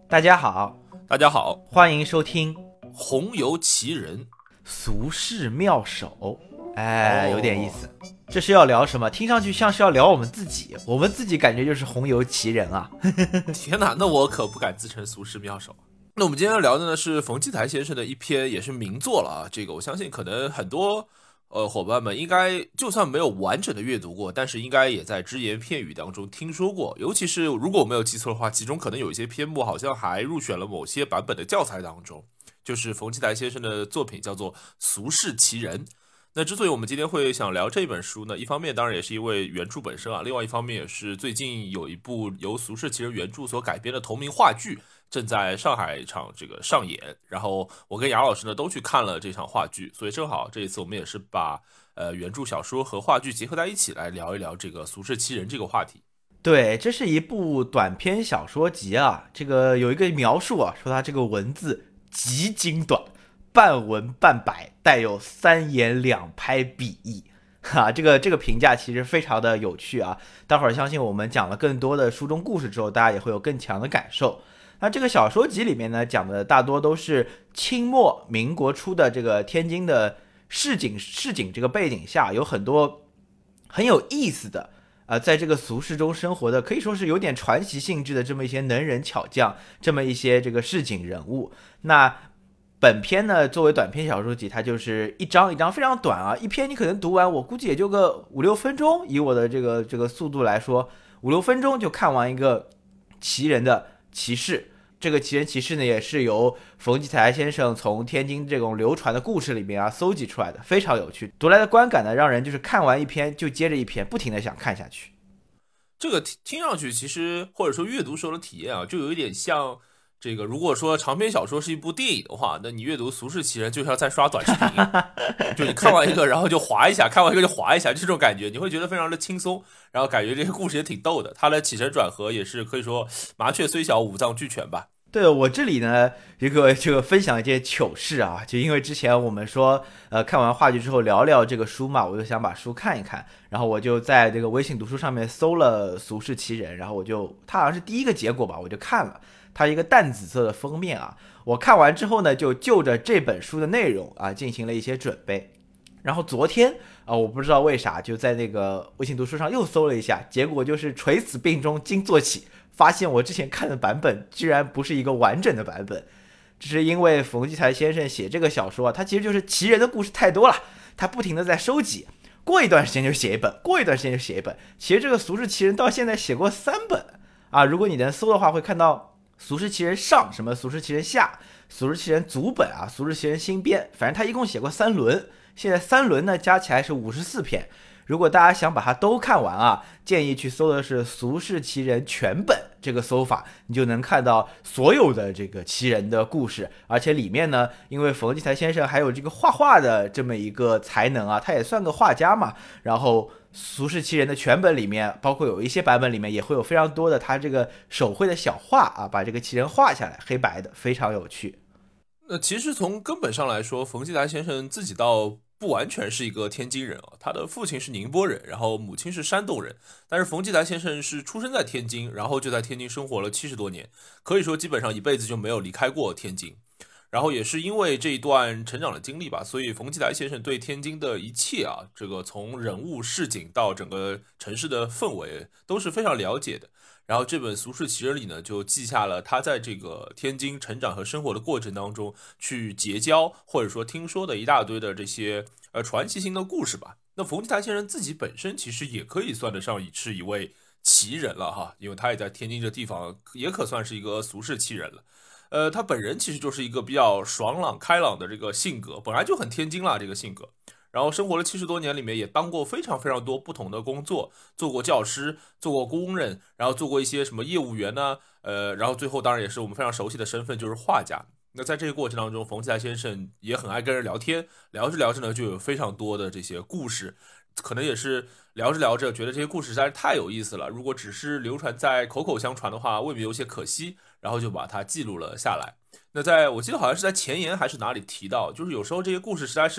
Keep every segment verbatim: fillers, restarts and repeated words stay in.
大家好， 大家好， 欢迎收听红油奇人俗世妙手。哎， 哦有点意思。这是要聊什么？听上去像是要聊我们自己，我们自己感觉就是红油奇人啊。 天哪，那我可不敢自称俗世妙手。那我们今天要聊的呢是冯骥才先生的一篇也是名作了啊，这个我相信可能很多呃伙伴们应该就算没有完整的阅读过，但是应该也在只言片语当中听说过，尤其是如果我没有记错的话，其中可能有一些篇目好像还入选了某些版本的教材当中，就是冯骥才先生的作品叫做《俗世奇人》。那之所以我们今天会想聊这本书呢，一方面当然也是因为原著本身啊，另外一方面也是最近有一部由《俗世奇人》原著所改编的同名话剧正在上海场这个上演，然后我跟杨老师呢都去看了这场话剧，所以正好这一次我们也是把呃原著小说和话剧结合在一起来聊一聊这个《俗世奇人》这个话题。 对，这是一部短篇小说集啊。这个有一个描述啊，说它这个文字极精短，半文半白，带有三言两拍笔意。哈，这个这个评价其实非常的有趣啊。待会儿相信我们讲了更多的书中故事之后，大家也会有更强的感受。那这个小说集里面呢，讲的大多都是清末民国初的这个天津的市井市井这个背景下，有很多很有意思的呃，在这个俗世中生活的，可以说是有点传奇性质的这么一些能人巧匠，这么一些这个市井人物。那本篇呢，作为短篇小说集，它就是一章一章非常短啊，一篇你可能读完，我估计也就个五六分钟，以我的这个这个速度来说，五六分钟就看完一个奇人的奇事。这个奇人奇事呢，也是由冯骥才先生从天津这种流传的故事里面啊搜集出来的，非常有趣。读来的观感呢，让人就是看完一篇就接着一篇，不停的想看下去。 这个听上去其实或者说阅读时候的体验啊，就有一点像这个，如果说长篇小说是一部电影的话，那你阅读《俗世奇人》就像在刷短视频，就你看完一个然后就滑一下，看完一个就滑一下，这种感觉你会觉得非常的轻松，然后感觉这个故事也挺逗的，它的起承转合也是可以说麻雀虽小五脏俱全吧。 对，我这里呢，一个这个分享一件糗事啊，就因为之前我们说，呃，看完话剧之后聊聊这个书嘛，我就想把书看一看，然后我就在这个微信读书上面搜了《俗世奇人》，然后我就，它好像是第一个结果吧，我就看了，它一个淡紫色的封面啊，我看完之后呢，就就着这本书的内容啊进行了一些准备，然后昨天啊、呃，我不知道为啥就在那个微信读书上又搜了一下，结果就是垂死病中惊坐起。发现我之前看的版本居然不是一个完整的版本，这是因为冯骥才先生写这个小说啊，他其实就是奇人的故事太多了，他不停的在收集，过一段时间就写一本，过一段时间就写一本。其实这个《俗世奇人》到现在写过三本啊，如果你能搜的话，会看到《俗世奇人上》、什么《俗世奇人下》、《俗世奇人足本》啊，《俗世奇人新编》，反正他一共写过三轮，现在三轮呢加起来是五十四篇。如果大家想把它都看完啊，建议去搜的是《俗世奇人全本》这个搜法，你就能看到所有的这个奇人的故事。而且里面呢，因为冯骥才先生还有这个画画的这么一个才能啊，他也算个画家嘛。然后《俗世奇人》的全本里面，包括有一些版本里面也会有非常多的他这个手绘的小画啊，把这个奇人画下来，黑白的，非常有趣。 那其实从根本上来说，冯骥才先生自己倒不完全是一个天津人啊，他的父亲是宁波人，然后母亲是山东人，但是冯骥才先生是出生在天津，然后就在天津生活了七十多年，可以说基本上一辈子就没有离开过天津。然后也是因为这一段成长的经历吧，所以冯骥才先生对天津的一切啊，这个从人物市井到整个城市的氛围都是非常了解的。然后这本《俗世奇人》里呢，就记下了他在这个天津成长和生活的过程当中去结交或者说听说的一大堆的这些呃传奇性的故事吧。那冯骥才先生自己本身其实也可以算得上是一位奇人了哈，因为他也在天津这地方也可算是一个俗世奇人了。呃，他本人其实就是一个比较爽朗开朗的这个性格，本来就很天津啦这个性格。然后生活了七十多年里面，也当过非常非常多不同的工作，做过教师，做过工人，然后做过一些什么业务员呢、啊，呃，然后最后当然也是我们非常熟悉的身份，就是画家。那在这个过程当中，冯骥才先生也很爱跟人聊天，聊着聊着呢，就有非常多的这些故事，可能也是聊着聊着觉得这些故事实在是太有意思了，如果只是流传在口口相传的话，未免有些可惜，然后就把它记录了下来。那在我记得好像是在前言还是哪里提到，就是有时候这些故事实在是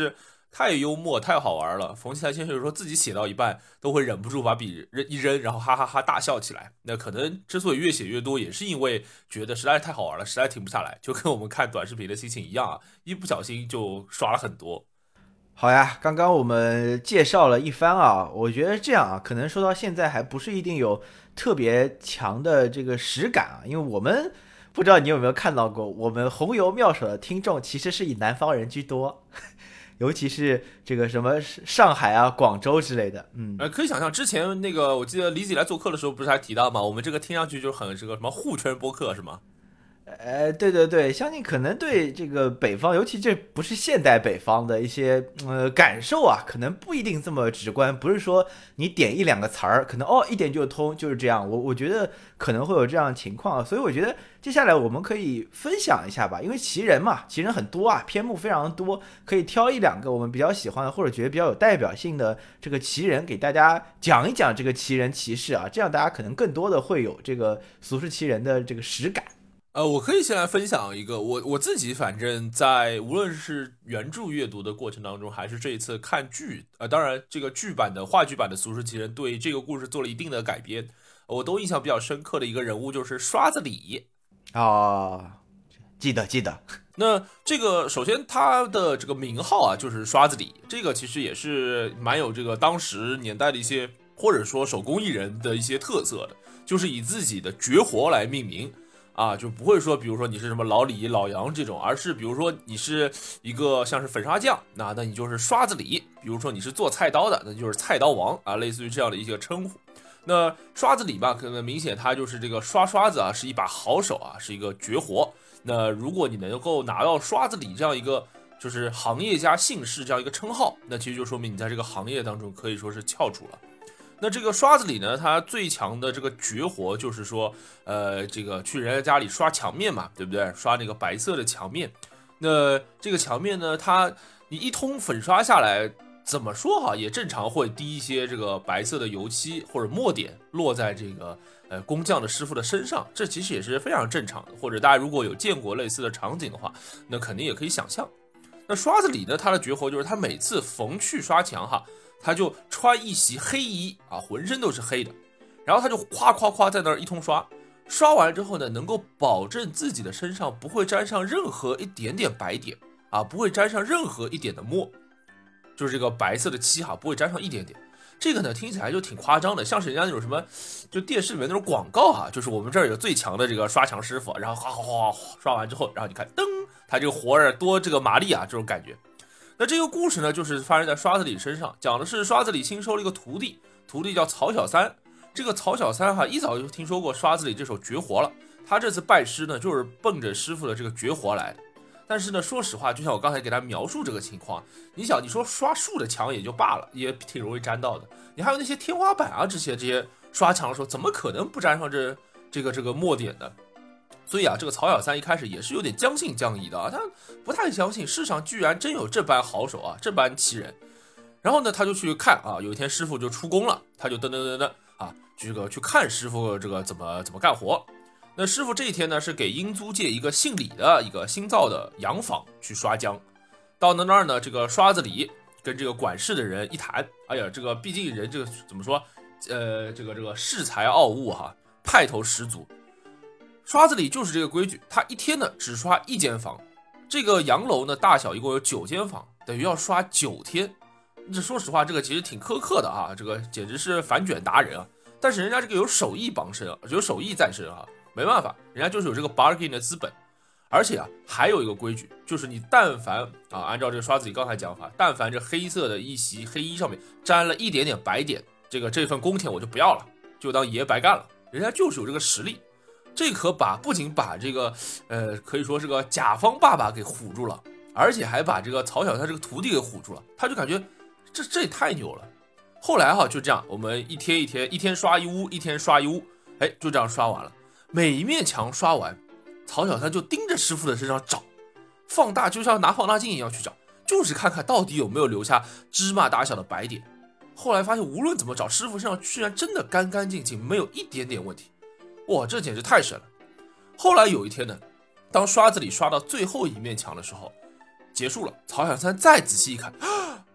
太幽默太好玩了。冯骥才先生说自己写到一半都会忍不住把笔一扔，然后哈哈哈大笑起来。那可能之所以越写越多，也是因为觉得实在是太好玩了，实在停不下来，就跟我们看短视频的心情一样啊，一不小心就刷了很多。 好呀，刚刚我们介绍了一番啊，我觉得这样啊，可能说到现在还不是一定有特别强的这个实感啊，因为我们不知道你有没有看到过，我们红油妙手的听众其实是以南方人居多，尤其是这个什么上海啊、广州之类的，嗯， 呃，可以想象之前那个，我记得李子来做客的时候，不是还提到吗？我们这个听上去就很这个什么互圈播客是吗？ 呃，对对对，相信可能对这个北方，尤其这不是现代北方的一些呃感受啊，可能不一定这么直观。不是说你点一两个词儿，可能哦一点就通，就是这样。我我觉得可能会有这样的情况，所以我觉得接下来我们可以分享一下吧，因为奇人嘛，奇人很多啊，篇目非常多，可以挑一两个我们比较喜欢的或者觉得比较有代表性的这个奇人，给大家讲一讲这个奇人奇事啊，这样大家可能更多的会有这个俗世奇人的这个实感。 呃，我可以先来分享一个，我我自己反正在无论是原著阅读的过程当中，还是这一次看剧，呃，当然这个剧版的话剧版的《俗世奇人》对这个故事做了一定的改编，我都印象比较深刻的一个人物就是刷子李啊、哦，记得记得。 那这个首先他的这个名号啊，就是刷子李，这个其实也是蛮有这个当时年代的一些或者说手工艺人的一些特色的，就是以自己的绝活来命名。啊，就不会说，比如说你是什么老李、老杨这种，而是比如说你是一个像是粉刷匠，那那你就是刷子李；比如说你是做菜刀的，那就是菜刀王啊，类似于这样的一个称呼。那刷子李吧，可能明显他就是这个刷刷子啊，是一把好手啊，是一个绝活。那如果你能够拿到刷子李这样一个就是行业家姓氏这样一个称号，那其实就说明你在这个行业当中可以说是翘楚了。那这个刷子李呢，他最强的这个绝活就是说，呃，这个去人家家里刷墙面嘛，对不对？刷那个白色的墙面。那这个墙面呢，它你一通粉刷下来，怎么说哈，也正常会滴一些这个白色的油漆或者墨点落在这个呃工匠的师傅的身上，这其实也是非常正常的。或者大家如果有见过类似的场景的话，那肯定也可以想象。那刷子李呢，他的绝活就是他每次逢去刷墙哈。他就穿一袭黑衣啊，浑身都是黑的，然后他就夸夸夸在那儿一通刷，刷完之后呢，能够保证自己的身上不会沾上任何一点点白点啊，不会沾上任何一点的墨，就是这个白色的漆哈，不会沾上一点点。这个呢听起来就挺夸张的，像是人家那种什么，就电视里面那种广告哈，就是我们这儿有最强的这个刷墙师傅，然后哗哗哗刷完之后，然后你看噔，他这个活儿多这个麻利啊，这种感觉。那这个故事呢，就是发生在刷子李身上，讲的是刷子李新收了一个徒弟，徒弟叫曹小三。这个曹小三哈，一早就听说过刷子李这手绝活了，他这次拜师呢，就是奔着师傅的这个绝活来的。但是呢，说实话，就像我刚才给他描述这个情况，你想，你说刷树的墙也就罢了，也挺容易沾到的，你还有那些天花板啊，这些这些刷墙的时候，怎么可能不沾上这这个这个墨点呢？所以啊，这个曹小三一开始也是有点将信将疑的啊，他不太相信世上居然真有这般好手啊，这般奇人。然后呢，他就去看啊，有一天师傅就出宫了，他就噔噔噔噔啊，这个去看师傅这个怎么怎么干活。那师傅这一天呢，是给英租界一个姓李的一个新造的洋房去刷浆。到了那儿呢，这个刷子李跟这个管事的人一谈，哎呀，这个毕竟人这个怎么说，呃，这个这个恃才傲物哈，派头十足。刷子李就是这个规矩，他一天呢只刷一间房，这个洋楼呢大小一共有九间房，等于要刷九天。这说实话，这个其实挺苛刻的啊，这个简直是反卷达人啊。但是人家这个有手艺傍身啊，有手艺在身啊，没办法，人家就是有这个 bargain 的资本。而且啊，还有一个规矩，就是你但凡啊，按照这个刷子李刚才讲法，但凡这黑色的一袭黑衣上面沾了一点点白点，这个这份工钱我就不要了，就当爷白干了。人家就是有这个实力。这可把不仅把这个呃可以说是个甲方爸爸给唬住了，而且还把这个曹小三这个徒弟给唬住了。他就感觉这这也太牛了。后来哈就这样，我们一天一天一天刷一屋，一天刷一屋，哎，就这样刷完了。每一面墙刷完，曹小三就盯着师傅的身上找，放大就像拿放大镜一样去找，就是看看到底有没有留下芝麻大小的白点。后来发现无论怎么找，师傅身上居然真的干干净净，没有一点点问题。哇，这简直太神了！后来有一天呢，当刷子李刷到最后一面墙的时候，结束了。曹小三再仔细一看，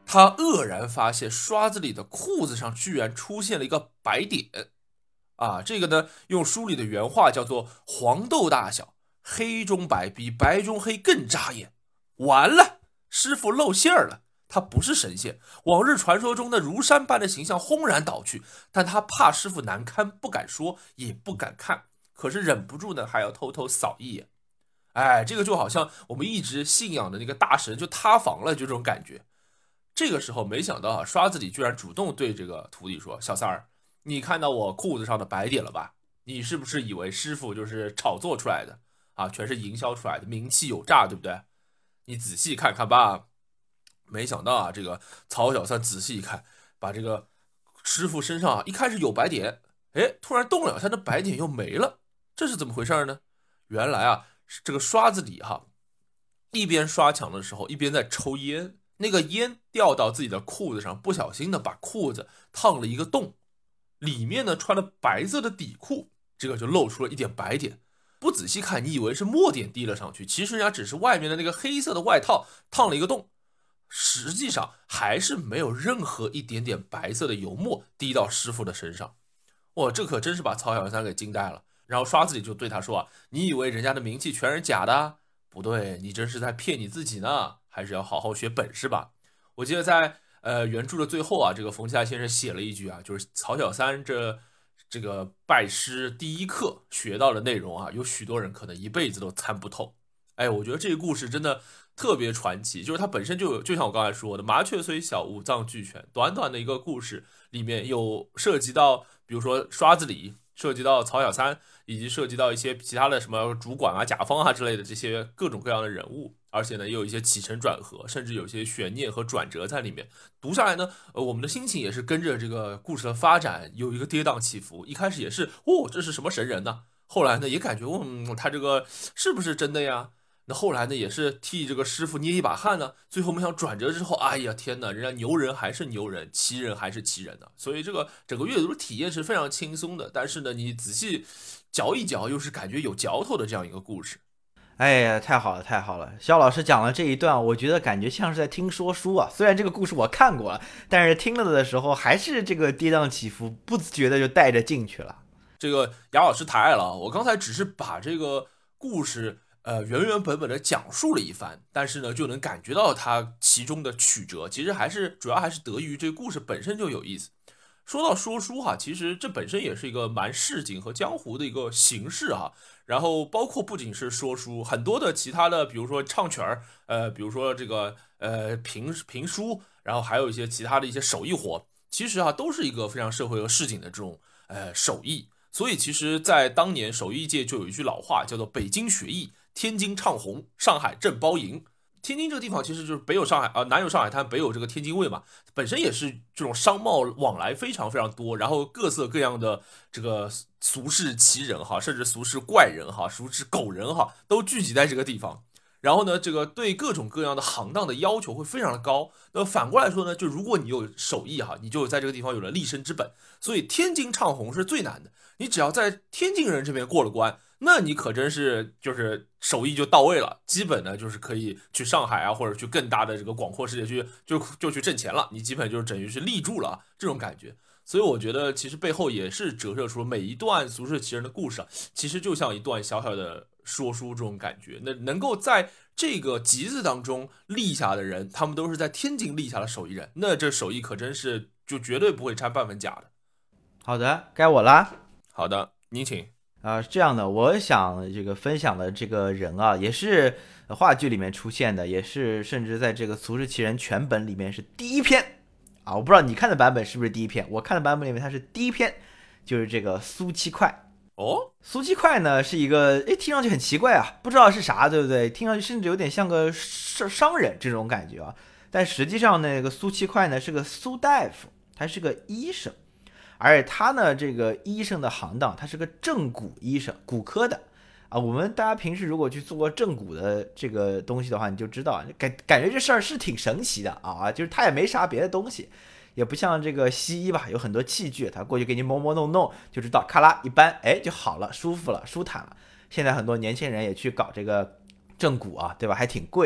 他愕然发现刷子里的裤子上居然出现了一个白点啊！这个呢，用书里的原话叫做黄豆大小，黑中白，比白中黑更扎眼。完了，师傅露馅了，他不是神仙，往日传说中的如山般的形象轰然倒去，但他怕师傅难堪，不敢说，也不敢看，可是忍不住呢，还要偷偷扫一眼。哎，这个就好像我们一直信仰的那个大神就塌房了，就这种感觉。这个时候没想到啊，刷子里居然主动对这个徒弟说：“小三儿，你看到我裤子上的白点了吧？你是不是以为师傅就是炒作出来的啊？全是营销出来的，名气有诈，对不对？你仔细看看吧。”没想到啊，这个曹小三仔细一看，把这个师傅身上啊一开始有白点，哎，突然动了两下，那白点又没了，这是怎么回事呢？原来啊，这个刷子里哈，一边刷墙的时候，一边在抽烟。那个烟掉到自己的裤子上，不小心的把裤子烫了一个洞，里面呢穿了白色的底裤，这个就露出了一点白点。不仔细看，你以为是墨点滴了上去，其实人家只是外面的那个黑色的外套烫了一个洞，实际上还是没有任何一点点白色的油墨滴到师傅的身上。哇，这可真是把曹小三给惊呆了。然后刷子里就对他说啊：“你以为人家的名气全是假的？不对，你这是在骗你自己呢。还是要好好学本事吧。”我记得在呃原著的最后啊，这个冯骥才先生写了一句啊，就是曹小三这这个拜师第一课学到的内容啊，有许多人可能一辈子都参不透。哎，我觉得这个故事真的特别传奇，就是它本身就有，就像我刚才说的，麻雀虽小，五脏俱全。短短的一个故事里面有涉及到，比如说刷子里，涉及到曹小三，以及涉及到一些其他的什么主管啊、甲方啊之类的这些各种各样的人物，而且呢，也有一些起承转合，甚至有一些悬念和转折在里面。读下来呢，呃，我们的心情也是跟着这个故事的发展有一个跌宕起伏。一开始也是，哦，这是什么神人呢？后来呢，也感觉，嗯，他这个是不是真的呀？那后来呢，也是替这个师傅捏一把汗呢。最后没想转折之后，哎呀天哪，人家牛人还是牛人，奇人还是奇人呢。所以这个整个阅读体验是非常轻松的，但是呢，你仔细嚼一嚼，又是感觉有嚼头的这样一个故事。 哎呀，太好了，太好了！肖老师讲了这一段，我觉得感觉像是在听说书啊。虽然这个故事我看过了，但是听了的时候还是这个跌宕起伏，不自觉的就带着进去了。 这个雅老师太爱了，我刚才只是把这个故事呃原原本本的讲述了一番，但是呢，就能感觉到它其中的曲折，其实还是主要还是得益于这个故事本身就有意思。说到说书哈，其实这本身也是一个蛮市井和江湖的一个形式哈。然后包括不仅是说书，很多的其他的，比如说唱曲儿，呃，比如说这个呃评评书，然后还有一些其他的一些手艺活，其实啊都是一个非常社会和市井的这种呃手艺。所以其实，在当年手艺界就有一句老话，叫做“北京学艺，天津唱红，上海正包银”。天津这个地方其实就是北有上海啊、呃，南有上海滩，北有这个天津卫嘛，本身也是这种商贸往来非常非常多，然后各色各样的这个俗世奇人哈，甚至俗世怪人哈，俗世狗人哈，都聚集在这个地方。然后呢，这个对各种各样的行当的要求会非常的高。那反过来说呢，就如果你有手艺哈，你就在这个地方有了立身之本。所以天津唱红是最难的，你只要在天津人这边过了关，那你可真是就是手艺就到位了，基本呢就是可以去上海啊，或者去更大的这个广阔世界去就就去挣钱了，你基本就是等于是立住了这种感觉。所以我觉得其实背后也是折射出每一段俗世奇人的故事啊，其实就像一段小小的说书这种感觉。那能够在这个集子当中立下的人，他们都是在天津立下的手艺人，那这手艺可真是就绝对不会掺半分假的。 好的，该我啦。 好的，您请。 啊、呃，这样的，我想这个分享的这个人啊，也是话剧里面出现的，也是甚至在这个《俗世奇人》全本里面是第一篇啊。我不知道你看的版本是不是第一篇，我看的版本里面它是第一篇，就是这个苏七块。 哦， 苏七块呢是一个，诶，听上去很奇怪啊，不知道是啥，对不对？听上去甚至有点像个商商人这种感觉啊。但实际上那个苏七块呢是个苏大夫，他是个医生。而且他呢，这个医生的行当，他是个正骨医生，骨科的啊。我们大家平时如果去做过正骨的这个东西的话，你就知道，感感觉这事儿是挺神奇的啊。就是他也没啥别的东西，也不像这个西医吧，有很多器具，他过去给你摸摸弄弄，就知道咔啦一扳，哎就好了，舒服了，舒坦了。现在很多年轻人也去搞这个正骨啊，对吧？还挺贵的。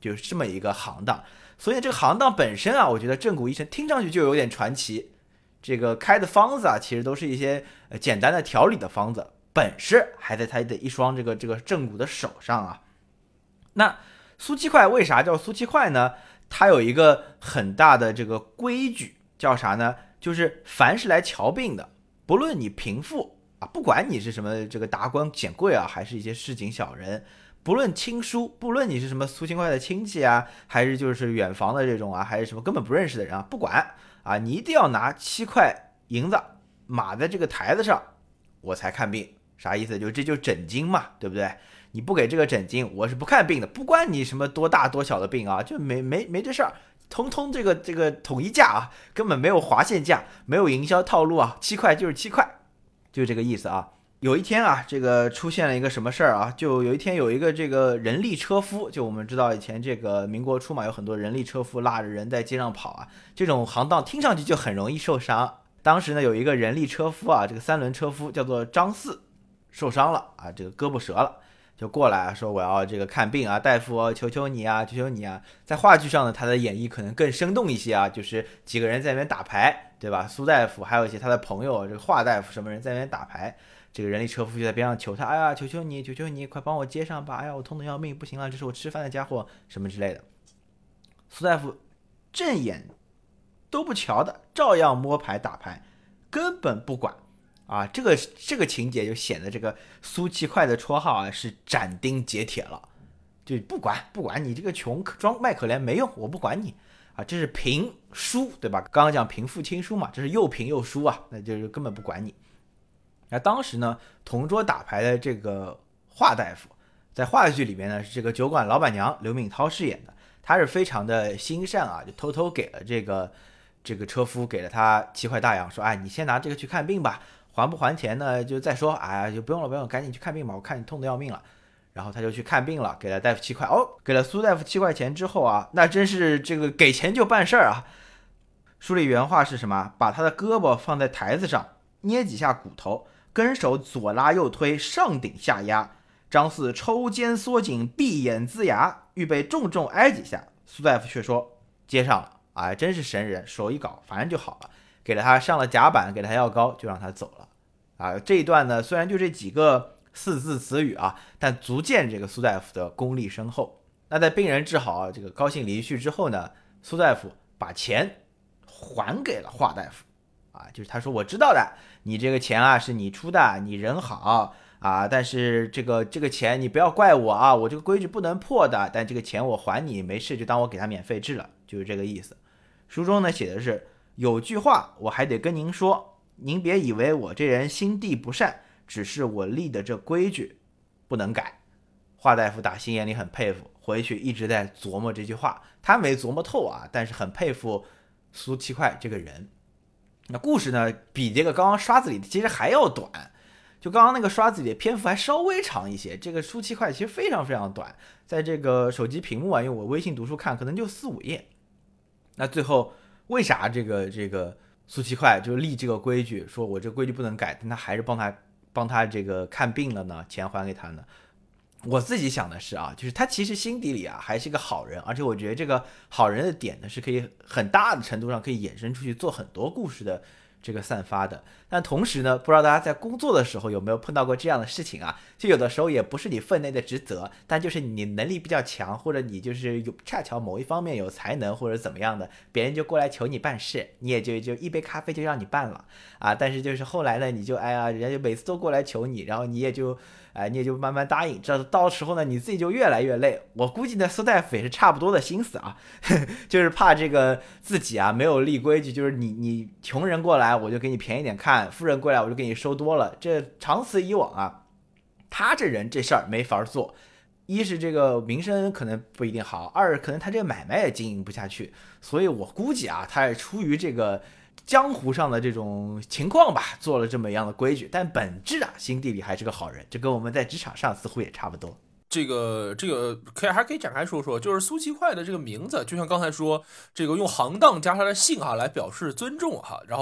就是这么一个行当。所以这个行当本身啊，我觉得正骨医生听上去就有点传奇。这个开的方子啊，其实都是一些呃简单的调理的方子，本事还在他的一双这个这个正骨的手上啊。那苏七快为啥叫苏七快呢？它有一个很大的这个规矩，叫啥呢？就是凡是来瞧病的，不论你贫富啊，不管你是什么这个达官显贵啊，还是一些市井小人，不论亲疏，不论你是什么苏七快的亲戚啊，还是就是远房的这种啊，还是什么根本不认识的人啊，不管啊，你一定要拿七块银子码在这个台子上，我才看病。啥意思？就这就诊金嘛，对不对？你不给这个诊金，我是不看病的，不管你什么多大多小的病啊，就没没没这事儿，通通这个这个统一价啊，根本没有划线价，没有营销套路啊，七块就是七块，就这个意思啊。有一天啊，这个出现了一个什么事儿啊？就有一天有一个这个人力车夫，就我们知道以前这个民国初嘛，有很多人力车夫拉着人在街上跑啊，这种行当听上去就很容易受伤。当时呢，有一个人力车夫啊，这个三轮车夫叫做张四，受伤了啊，这个胳膊折了。就过来说我要这个看病啊，大夫求求你啊，求求你啊。在话剧上呢，他的演绎可能更生动一些啊，就是几个人在那边打牌，对吧？苏大夫还有一些他的朋友，这个华大夫什么人在那边打牌，这个人力车夫就在边上求他，哎呀，求求你，求求你，快帮我接上吧！哎呀，我痛得要命，不行了，这是我吃饭的家伙，什么之类的。苏大夫正眼都不瞧的，照样摸牌打牌，根本不管。啊，这个这个情节就显得这个苏七快的绰号啊是斩钉截铁了，就不管不管你这个穷装卖可怜没用，我不管你啊，这是贫疏对吧？刚刚讲贫富亲疏嘛，这是又贫又疏啊，那就是根本不管你。那当时呢，同桌打牌的这个华大夫，在话剧里面呢是这个酒馆老板娘刘敏涛饰演的，她是非常的心善啊，就偷偷给了这个这个车夫给了他七块大洋，说哎，你先拿这个去看病吧。还不还钱呢？就再说，哎呀，就不用了，不用了，赶紧去看病吧，我看你痛得要命了。然后他就去看病了，给了大夫七块。哦，给了苏大夫七块钱之后啊，那真是这个给钱就办事儿啊。书里原话是什么？把他的胳膊放在台子上，捏几下骨头，跟手左拉右推，上顶下压。张四抽肩缩紧，闭眼呲牙，预备重重挨几下。苏大夫却说接上了，哎，真是神人，手一搞，反正就好了。给了他上了甲板，给了他药膏，就让他走了啊。这一段呢，虽然就这几个四字词语啊，但足见这个苏大夫的功力深厚。那在病人治好这个高兴离去之后呢，苏大夫把钱还给了华大夫啊，就是他说我知道的，你这个钱啊是你出的，你人好啊，但是这个这个钱你不要怪我啊，我这个规矩不能破的，但这个钱我还你，没事就当我给他免费治了，就是这个意思。书中呢写的是。有句话我还得跟您说，您别以为我这人心地不善，只是我立的这规矩不能改。华大夫打心眼里很佩服，回去一直在琢磨这句话，他没琢磨透啊，但是很佩服苏七快这个人。那故事呢，比这个刚刚刷子里其实还要短，就刚刚那个刷子里的篇幅还稍微长一些，这个苏七快其实非常非常短，在这个手机屏幕啊，因为我微信读书看可能就四五页。那最后为啥这个这个苏七快就立这个规矩，说我这个规矩不能改，但他还是帮他帮他这个看病了呢？钱还给他呢？我自己想的是啊，就是他其实心底里啊还是个好人，而且我觉得这个好人的点呢是可以很大的程度上可以衍生出去做很多故事的这个散发的。但同时呢，不知道大家在工作的时候有没有碰到过这样的事情啊？就有的时候也不是你分内的职责，但就是你能力比较强，或者你就是有恰巧某一方面有才能或者怎么样的，别人就过来求你办事，你也就就一杯咖啡就让你办了啊。但是就是后来呢，你就哎呀，人家就每次都过来求你，然后你也就哎你也就慢慢答应，这到时候呢你自己就越来越累。我估计呢苏大夫也是差不多的心思啊，就是怕这个自己啊没有立规矩，就是你你穷人过来我就给你便宜点看，富人过来我就给你收多了，这长此以往啊，他这人这事儿没法做。一是这个名声可能不一定好，二可能他这个买卖也经营不下去，所以我估计啊，他是出于这个江湖上的这种情况吧，做了这么样的规矩，但本质啊，心地里还是个好人，这跟我们在职场上似乎也差不多。 这个这个可以还可以展开说说，就是苏七快的这个名字，就像刚才说，这个用行当加上了姓哈来表示尊重哈，然后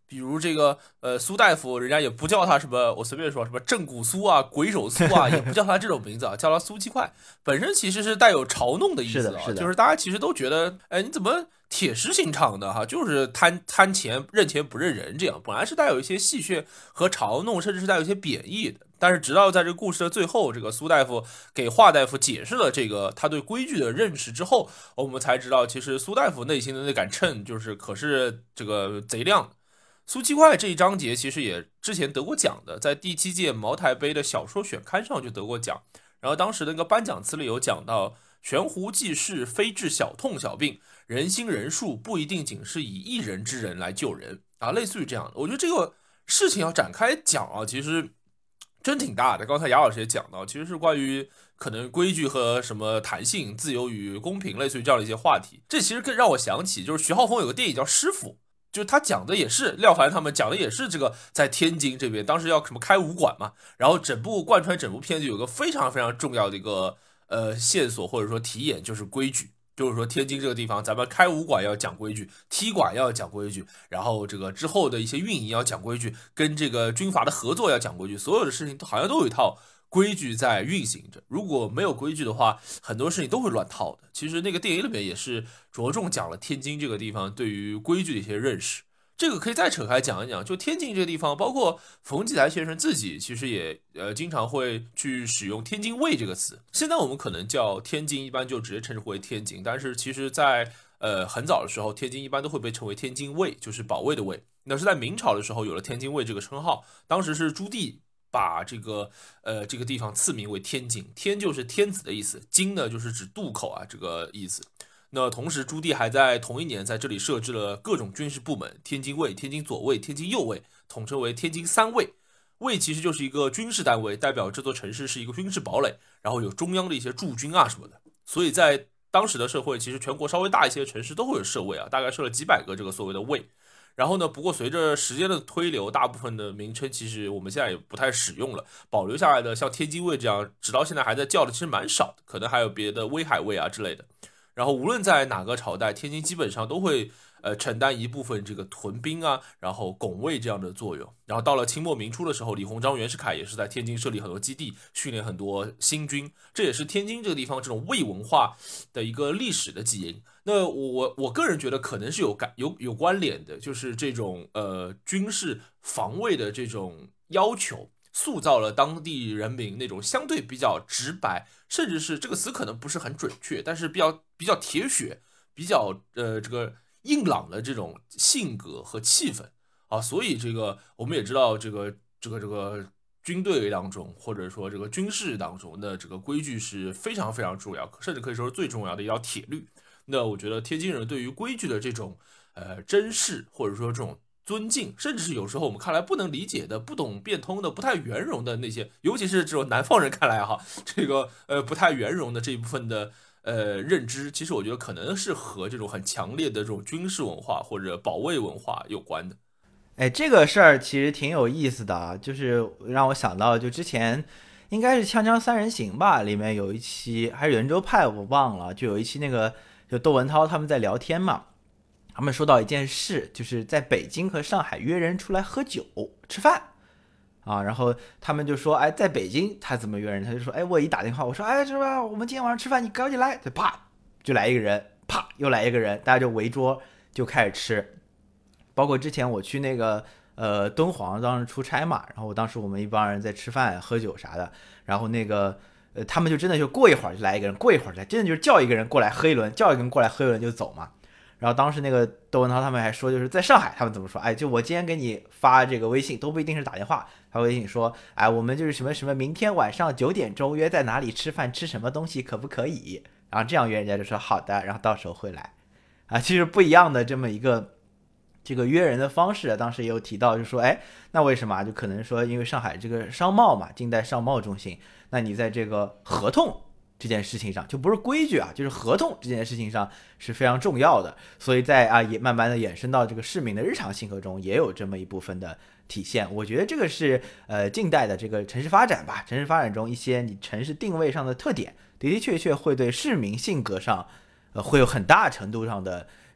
比如这个呃苏大夫，人家也不叫他什么，我随便说什么正骨苏啊、鬼手苏啊，也不叫他这种名字啊，叫他苏七块，本身其实是带有嘲弄的意思啊，是就是大家其实都觉得，哎，你怎么铁石心肠的哈，就是贪贪钱认钱不认人这样，本来是带有一些戏谑和嘲弄，甚至是带有一些贬义的。但是直到在这个故事的最后，这个苏大夫给华大夫解释了这个他对规矩的认识之后，我们才知道，其实苏大夫内心的那杆秤就是可是这个贼亮的。苏七块这一章节其实也之前得过奖的，在第七届茅台杯的小说选刊上就得过奖。然后当时那个颁奖词里有讲到，悬壶济世非治小痛小病，人心人术不一定仅是以一人之人来救人啊，类似于这样的。我觉得这个事情要展开讲啊，其实真挺大的。刚才雅老师也讲到，其实是关于可能规矩和什么弹性、自由与公平，类似于这样的一些话题。这其实更让我想起，就是徐浩峰有个电影叫《师傅》。就他讲的也是廖凡他们讲的也是这个在天津这边当时要什么开武馆嘛，然后整部贯穿整部片子有个非常非常重要的一个呃线索或者说题眼，就是规矩，就是说天津这个地方咱们开武馆要讲规矩，踢馆要讲规矩，然后这个之后的一些运营要讲规矩，跟这个军阀的合作要讲规矩，所有的事情都好像都有一套规矩在运行着，如果没有规矩的话，很多事情都会乱套的。其实那个电影里面也是着重讲了天津这个地方对于规矩的一些认识。这个可以再扯开讲一讲，就天津这个地方，包括冯骥才先生自己其实也呃经常会去使用天津卫这个词。现在我们可能叫天津，一般就直接称之为天津，但是其实在呃很早的时候，天津一般都会被称为天津卫，就是保卫的卫。那是在明朝的时候有了天津卫这个称号，当时是朱棣把这个呃这个地方赐名为天津，天就是天子的意思，津呢就是指渡口啊这个意思。那同时朱棣还在同一年在这里设置了各种军事部门，天津卫、天津左卫、天津右卫，统称为天津三卫。卫其实就是一个军事单位，代表这座城市是一个军事堡垒，然后有中央的一些驻军啊什么的。所以在当时的社会，其实全国稍微大一些城市都会有设卫啊，大概设了几百个这个所谓的卫。然后呢，不过随着时间的推流，大部分的名称其实我们现在也不太使用了，保留下来的像天津卫这样，直到现在还在叫的其实蛮少的，可能还有别的威海卫啊之类的。然后无论在哪个朝代，天津基本上都会呃承担一部分这个屯兵啊，然后拱卫这样的作用。然后到了清末民初的时候，李鸿章、袁世凯也是在天津设立很多基地，训练很多新军，这也是天津这个地方这种卫文化的一个历史的基因。那我我个人觉得可能是有感有有关联的，就是这种呃军事防卫的这种要求，塑造了当地人民那种相对比较直白，甚至是这个词可能不是很准确，但是比较比较铁血、比较呃这个硬朗的这种性格和气氛啊。所以这个我们也知道，这个这个这个军队当中，或者说这个军事当中的这个规矩是非常非常重要，甚至可以说是最重要的一条铁律。那我觉得天津人对于规矩的这种呃珍视，或者说这种尊敬，甚至是有时候我们看来不能理解的、不懂变通的、不太圆融的那些，尤其是这种南方人看来哈，这个呃不太圆融的这一部分的呃认知，其实我觉得可能是和这种很强烈的这种军事文化或者保卫文化有关的。 哎，这个事儿其实挺有意思的啊，就是让我想到，就之前应该是《锵锵三人行》吧，里面有一期还是圆桌派，我忘了，就有一期那个就窦文涛他们在聊天嘛。他们说到一件事，就是在北京和上海约人出来喝酒吃饭啊，然后他们就说，哎，在北京他怎么约人？他就说，哎，我一打电话，我说，哎，是吧？我们今天晚上吃饭，你赶紧来，就啪就来一个人，啪又来一个人，大家就围桌就开始吃。包括之前我去那个呃敦煌，当时出差嘛，然后当时我们一帮人在吃饭喝酒啥的，然后那个呃他们就真的就过一会儿就来一个人，过一会儿来，真的就是叫一个人过来喝一轮，叫一个人过来喝一轮就走嘛。然后当时那个窦文涛他们还说，就是在上海他们怎么说？哎，就我今天给你发这个微信，都不一定是打电话，发微信说，哎，我们就是什么什么，明天晚上九点钟约在哪里吃饭，吃什么东西，可不可以？然后这样约人家就说好的，然后到时候会来。啊，其实不一样的这么一个这个约人的方式，当时也有提到，就说，哎，那为什么就可能说，因为上海这个商贸嘛，近代商贸中心，那你在这个合同这件事情上，就不是规矩啊，就是合同这件事情上是非常重要的，所以在啊也慢慢的衍生到这个市民的日常性格中，也有这么一部分的体现。我觉得这个是呃近代的这个城市发展吧，城市发展中一些你城市定位上的特点，的的确确会对市民性格上呃会有很大程度上的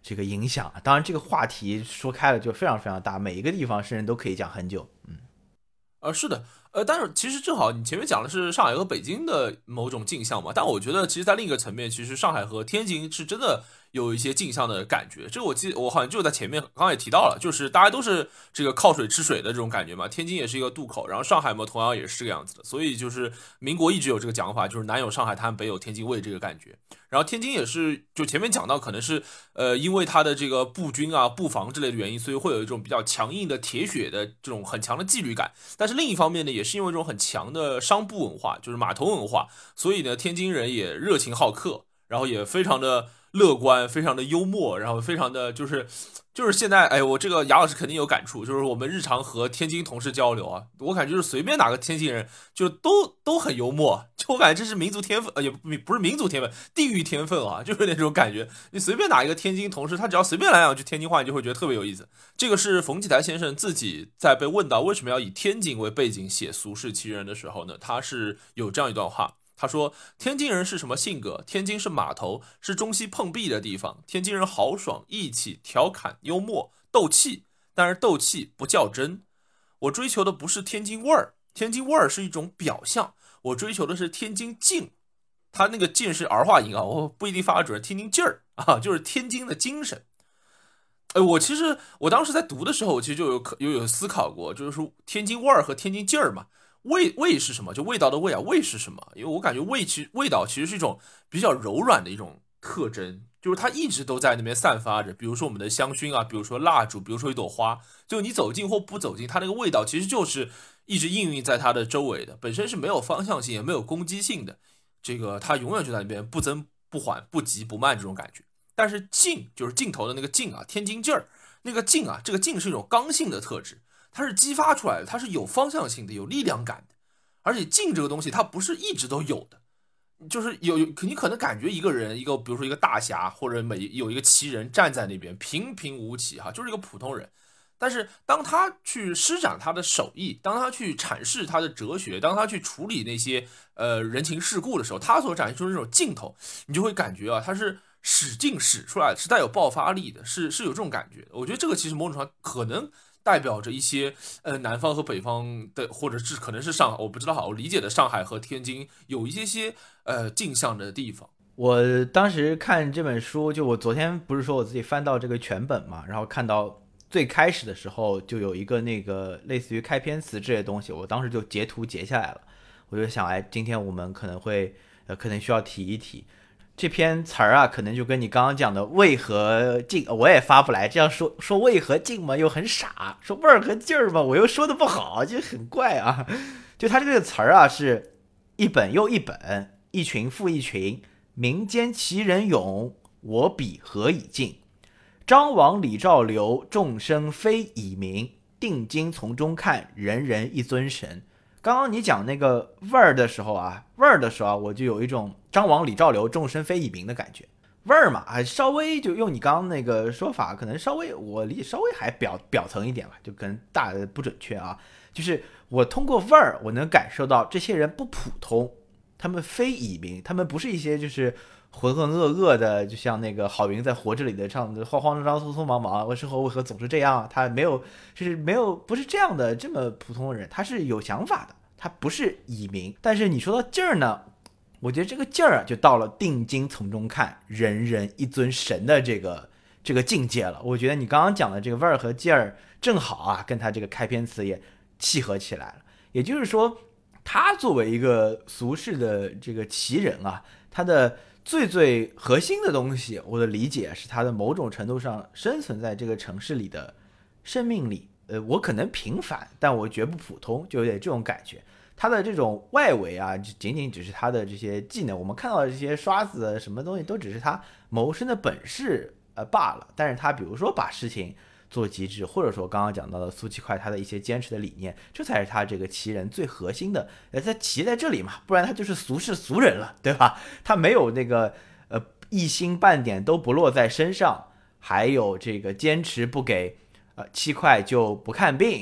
这个影响。当然这个话题说开了就非常非常大，每一个地方甚至都可以讲很久。嗯， 呃，是的，呃，但是其实正好你前面讲的是上海和北京的某种镜像嘛，但我觉得其实在另一个层面，其实上海和天津是真的有一些镜像的感觉。这个我记得我好像就在前面刚刚也提到了，就是大家都是这个靠水吃水的这种感觉嘛。天津也是一个渡口，然后上海嘛同样也是这个样子的，所以就是民国一直有这个讲法，就是南有上海滩，北有天津卫这个感觉。然后天津也是，就前面讲到，可能是呃，因为它的这个步军啊、布防之类的原因，所以会有一种比较强硬的铁血的这种很强的纪律感。但是另一方面呢，也是因为这种很强的商埠文化，就是码头文化，所以呢，天津人也热情好客，然后也非常的乐观，非常的幽默，然后非常的就是就是现在，哎，我这个杨老师肯定有感触，就是我们日常和天津同事交流啊，我感觉就是随便哪个天津人就都都很幽默，就我感觉这是民族天分，呃，也不是民族天分，地域天分啊，就是那种感觉。你随便哪一个天津同事，他只要随便来两句天津话，你就会觉得特别有意思。这个是冯骥才先生自己在被问到为什么要以天津为背景写《俗世奇人》的时候呢，他是有这样一段话。他说天津人是什么性格？天津是码头，是中西碰壁的地方。天津人豪爽、义气、调侃、幽默、斗气，但是斗气不较真。我追求的不是天津味儿，天津味儿是一种表象，我追求的是天津劲。他那个劲是儿化音啊，我不一定发得准，天津劲儿啊，就是天津的精神。呃，我其实我当时在读的时候，我其实就有有有思考过，就是说天津味儿和天津劲儿嘛。味味是什么？就味道的味啊，味是什么？因为我感觉味其味道其实是一种比较柔软的一种特征，就是它一直都在那边散发着。比如说我们的香薰啊，比如说蜡烛，比如说一朵花，就你走近或不走近，它那个味道其实就是一直氤氲在它的周围的，本身是没有方向性，也没有攻击性的。这个它永远就在那边，不增不缓，不急不慢这种感觉。但是劲就是劲头的那个劲啊，天津劲儿，那个劲啊，这个劲是一种刚性的特质。它是激发出来的，它是有方向性的，有力量感的。而且劲这个东西，它不是一直都有的，就是有有你可能感觉一个人，一个比如说一个大侠或者每有一个奇人站在那边平平无奇哈，就是一个普通人。但是当他去施展他的手艺，当他去阐释他的哲学，当他去处理那些呃人情世故的时候，他所展现出的这种劲头，你就会感觉啊，他是使劲使出来的，是带有爆发力的，是是有这种感觉的。我觉得这个其实某种程度上可能代表着一些呃南方和北方的，或者是可能是上海，我不知道哈，我理解的上海和天津有一些些呃镜像的地方。 我当时看这本书，就我昨天不是说我自己翻到这个全本嘛，然后看到最开始的时候就有一个那个类似于开篇词这些东西，我当时就截图截下来了。我就想，哎，今天我们可能会呃可能需要提一提这篇词儿啊，可能就跟你刚刚讲的味和劲，我也发不来。这样说说味和劲嘛，又很傻；说味儿和劲儿嘛，我又说的不好，就很怪啊。就他这个词儿啊，是一本又一本，一群复一群，民间奇人咏，我比何以尽？张王李赵刘，众生非以名。定睛从中看，人人一尊神。刚刚你讲那个味儿的时候啊，味儿的时候，我就有一种张王李赵刘众生非以名的感觉。味儿嘛，还稍微就用你刚刚那个说法，可能稍微我理解稍微还表表层一点吧，就可能大的不准确啊。就是我通过味儿，我能感受到这些人不普通，他们非以名，他们不是一些就是浑浑噩噩的，就像那个郝云在《活着》里的唱的慌慌张张、匆匆忙忙，我生活为何总是这样？他没有，就是没有，不是这样的这么普通的人，他是有想法的，他不是以名。但是你说到劲儿呢，我觉得这个劲儿啊，就到了定睛从中看，人人一尊神的这个这个境界了。我觉得你刚刚讲的这个味儿和劲儿，正好啊，跟他这个开篇词也契合起来了。也就是说，他作为一个俗世的这个奇人啊，他的最最核心的东西，我的理解是他的某种程度上生存在这个城市里的生命力。呃，我可能平凡，但我绝不普通，就有点这种感觉。他的这种外围啊，仅仅只是他的这些技能，我们看到的这些刷子什么东西，都只是他谋生的本事呃罢了。但是他比如说把事情做极致，或者说刚刚讲到的苏七块他的一些坚持的理念，这才是他这个奇人最核心的。呃，他奇在这里嘛，不然他就是俗世俗人了，对吧？他没有那个呃一星半点都不落在身上，还有这个坚持不给呃七块就不看病。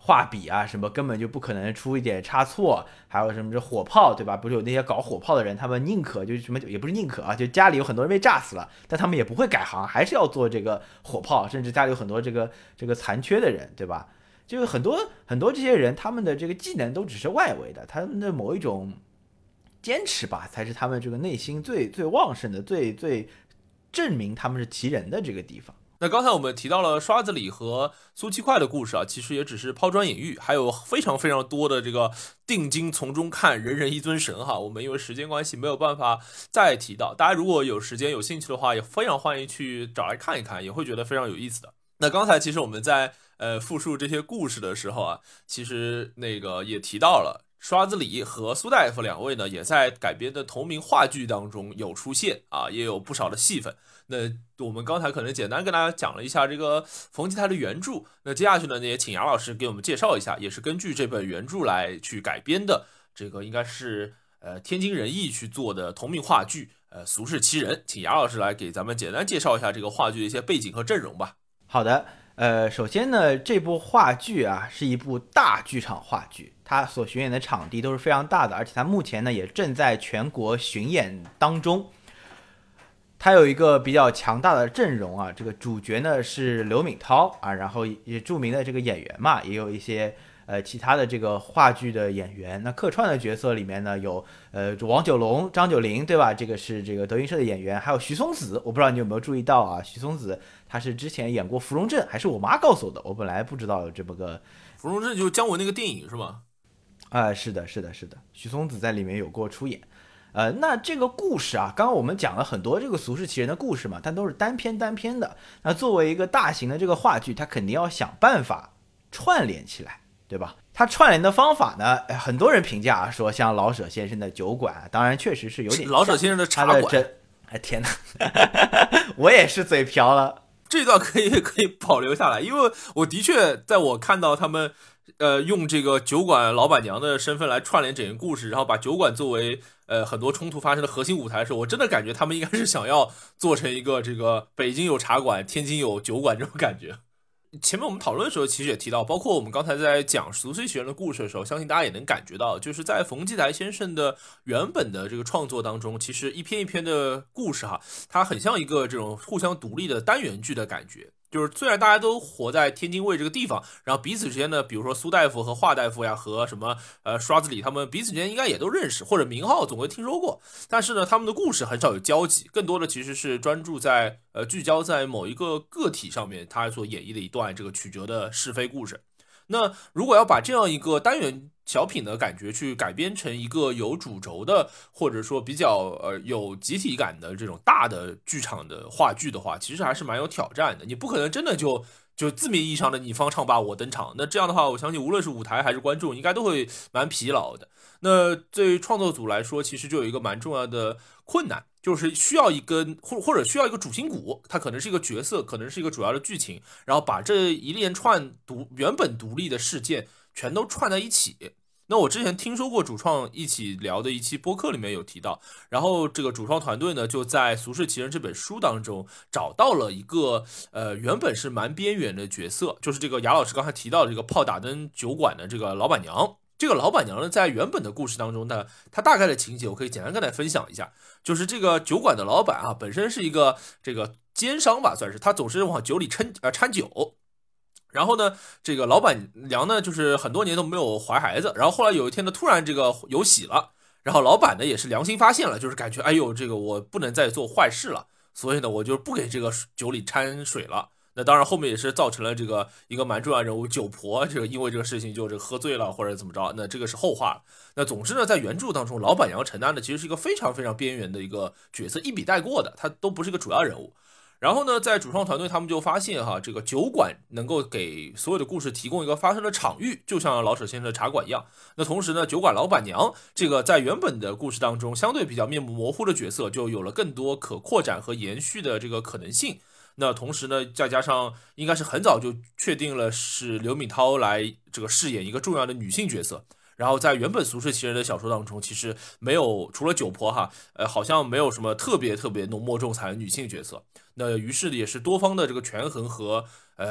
画笔啊什么根本就不可能出一点差错，还有什么这火炮，对吧？不是有那些搞火炮的人，他们宁可就什么也不是宁可啊，就家里有很多人被炸死了，但他们也不会改行，还是要做这个火炮，甚至家里有很多这个这个残缺的人，对吧？就是很多很多这些人，他们的这个技能都只是外围的，他们的某一种坚持吧，才是他们这个内心最最旺盛的，最最证明他们是奇人的这个地方。 那刚才我们提到了刷子李和苏七块的故事啊，其实也只是抛砖引玉，还有非常非常多的这个定睛从中看，人人一尊神哈。我们因为时间关系没有办法再提到，大家如果有时间有兴趣的话，也非常欢迎去找来看一看，也会觉得非常有意思的。那刚才其实我们在呃复述这些故事的时候啊，其实那个也提到了。刷子李和苏大夫两位呢，也在改编的同名话剧当中有出现啊，也有不少的戏份。那我们刚才可能简单跟大家讲了一下这个冯骥台的原著，那接下去呢，也请杨老师给我们介绍一下，也是根据这本原著来去改编的，这个应该是呃天津人艺去做的同名话剧，呃《俗世奇人》，请杨老师来给咱们简单介绍一下这个话剧的一些背景和阵容吧。 好的。呃，首先呢，这部话剧啊是一部大剧场话剧，它所巡演的场地都是非常大的，而且它目前呢也正在全国巡演当中。它有一个比较强大的阵容啊，这个主角呢是刘敏涛啊，然后也著名的这个演员嘛，也有一些呃其他的这个话剧的演员。那客串的角色里面呢有呃王九龙、张九龄，对吧？这个是这个德云社的演员，还有徐松子，我不知道你有没有注意到啊？徐松子他是之前演过《芙蓉镇》，还是我妈告诉我的，我本来不知道有这么个。 芙蓉镇就是姜文那个电影是吗？ 啊、呃，是的，是的，是的，徐松子在里面有过出演。呃，那这个故事啊，刚刚我们讲了很多这个俗世奇人的故事嘛，但都是单篇单篇的。那作为一个大型的这个话剧，它肯定要想办法串联起来，对吧？它串联的方法呢，很多人评价说像老舍先生的酒馆，当然确实是有点像老舍先生的茶馆。 哎天哪，我也是嘴瓢了。 这段可以可以保留下来，因为我的确在我看到他们呃用这个酒馆老板娘的身份来串联整个故事，然后把酒馆作为呃很多冲突发生的核心舞台的时候，我真的感觉他们应该是想要做成一个这个北京有茶馆，天津有酒馆这种感觉。前面我们讨论的时候其实也提到，包括我们刚才在讲俗世奇人的故事的时候，相信大家也能感觉到，就是在冯骥台先生的原本的这个创作当中，其实一篇一篇的故事哈，它很像一个这种互相独立的单元剧的感觉。就是虽然大家都活在天津卫这个地方，然后彼此之间呢，比如说苏大夫和华大夫呀，和什么呃刷子李他们彼此之间应该也都认识，或者名号总会听说过，但是呢，他们的故事很少有交集，更多的其实是专注在呃聚焦在某一个个体上面，他所演绎的一段这个曲折的是非故事。那如果要把这样一个单元小品的感觉去改编成一个有主轴的，或者说比较呃有集体感的这种大的剧场的话剧的话，其实还是蛮有挑战的。你不可能真的就就字面意义上的你方唱罢我登场，那这样的话，我相信无论是舞台还是观众，应该都会蛮疲劳的。那对于创作组来说，其实就有一个蛮重要的困难，就是需要一根或或者需要一个主心骨，它可能是一个角色，可能是一个主要的剧情，然后把这一连串独原本独立的事件全都串在一起。那我之前听说过主创一起聊的一期播客里面有提到，然后这个主创团队呢就在《俗世奇人》这本书当中找到了一个呃原本是蛮边缘的角色，就是这个雅老师刚才提到的这个炮打灯酒馆的这个老板娘。这个老板娘呢，在原本的故事当中呢，她大概的情节我可以简单跟大家分享一下，就是这个酒馆的老板啊，本身是一个这个奸商吧，算是他总是往酒里掺呃掺酒。然后呢，这个老板娘呢，就是很多年都没有怀孩子，然后后来有一天呢，突然这个有喜了，然后老板呢也是良心发现了，就是感觉哎呦，这个我不能再做坏事了，所以呢，我就不给这个酒里掺水了。那当然后面也是造成了这个一个蛮重要人物酒婆，这个因为这个事情就这个喝醉了或者怎么着，那这个是后话了。那总之呢，在原著当中，老板娘承担的其实是一个非常非常边缘的一个角色，一笔带过的，他都不是一个主要人物。然后呢，在主创团队他们就发现哈，这个酒馆能够给所有的故事提供一个发生的场域，就像老舍先生的茶馆一样。那同时呢，酒馆老板娘这个在原本的故事当中相对比较面目模糊的角色，就有了更多可扩展和延续的这个可能性。那同时呢，再加上应该是很早就确定了是刘敏涛来这个饰演一个重要的女性角色。然后在原本《俗世奇人》的小说当中，其实没有除了酒婆哈，呃，好像没有什么特别特别浓墨重彩的女性角色。那于是也是多方的这个权衡和呃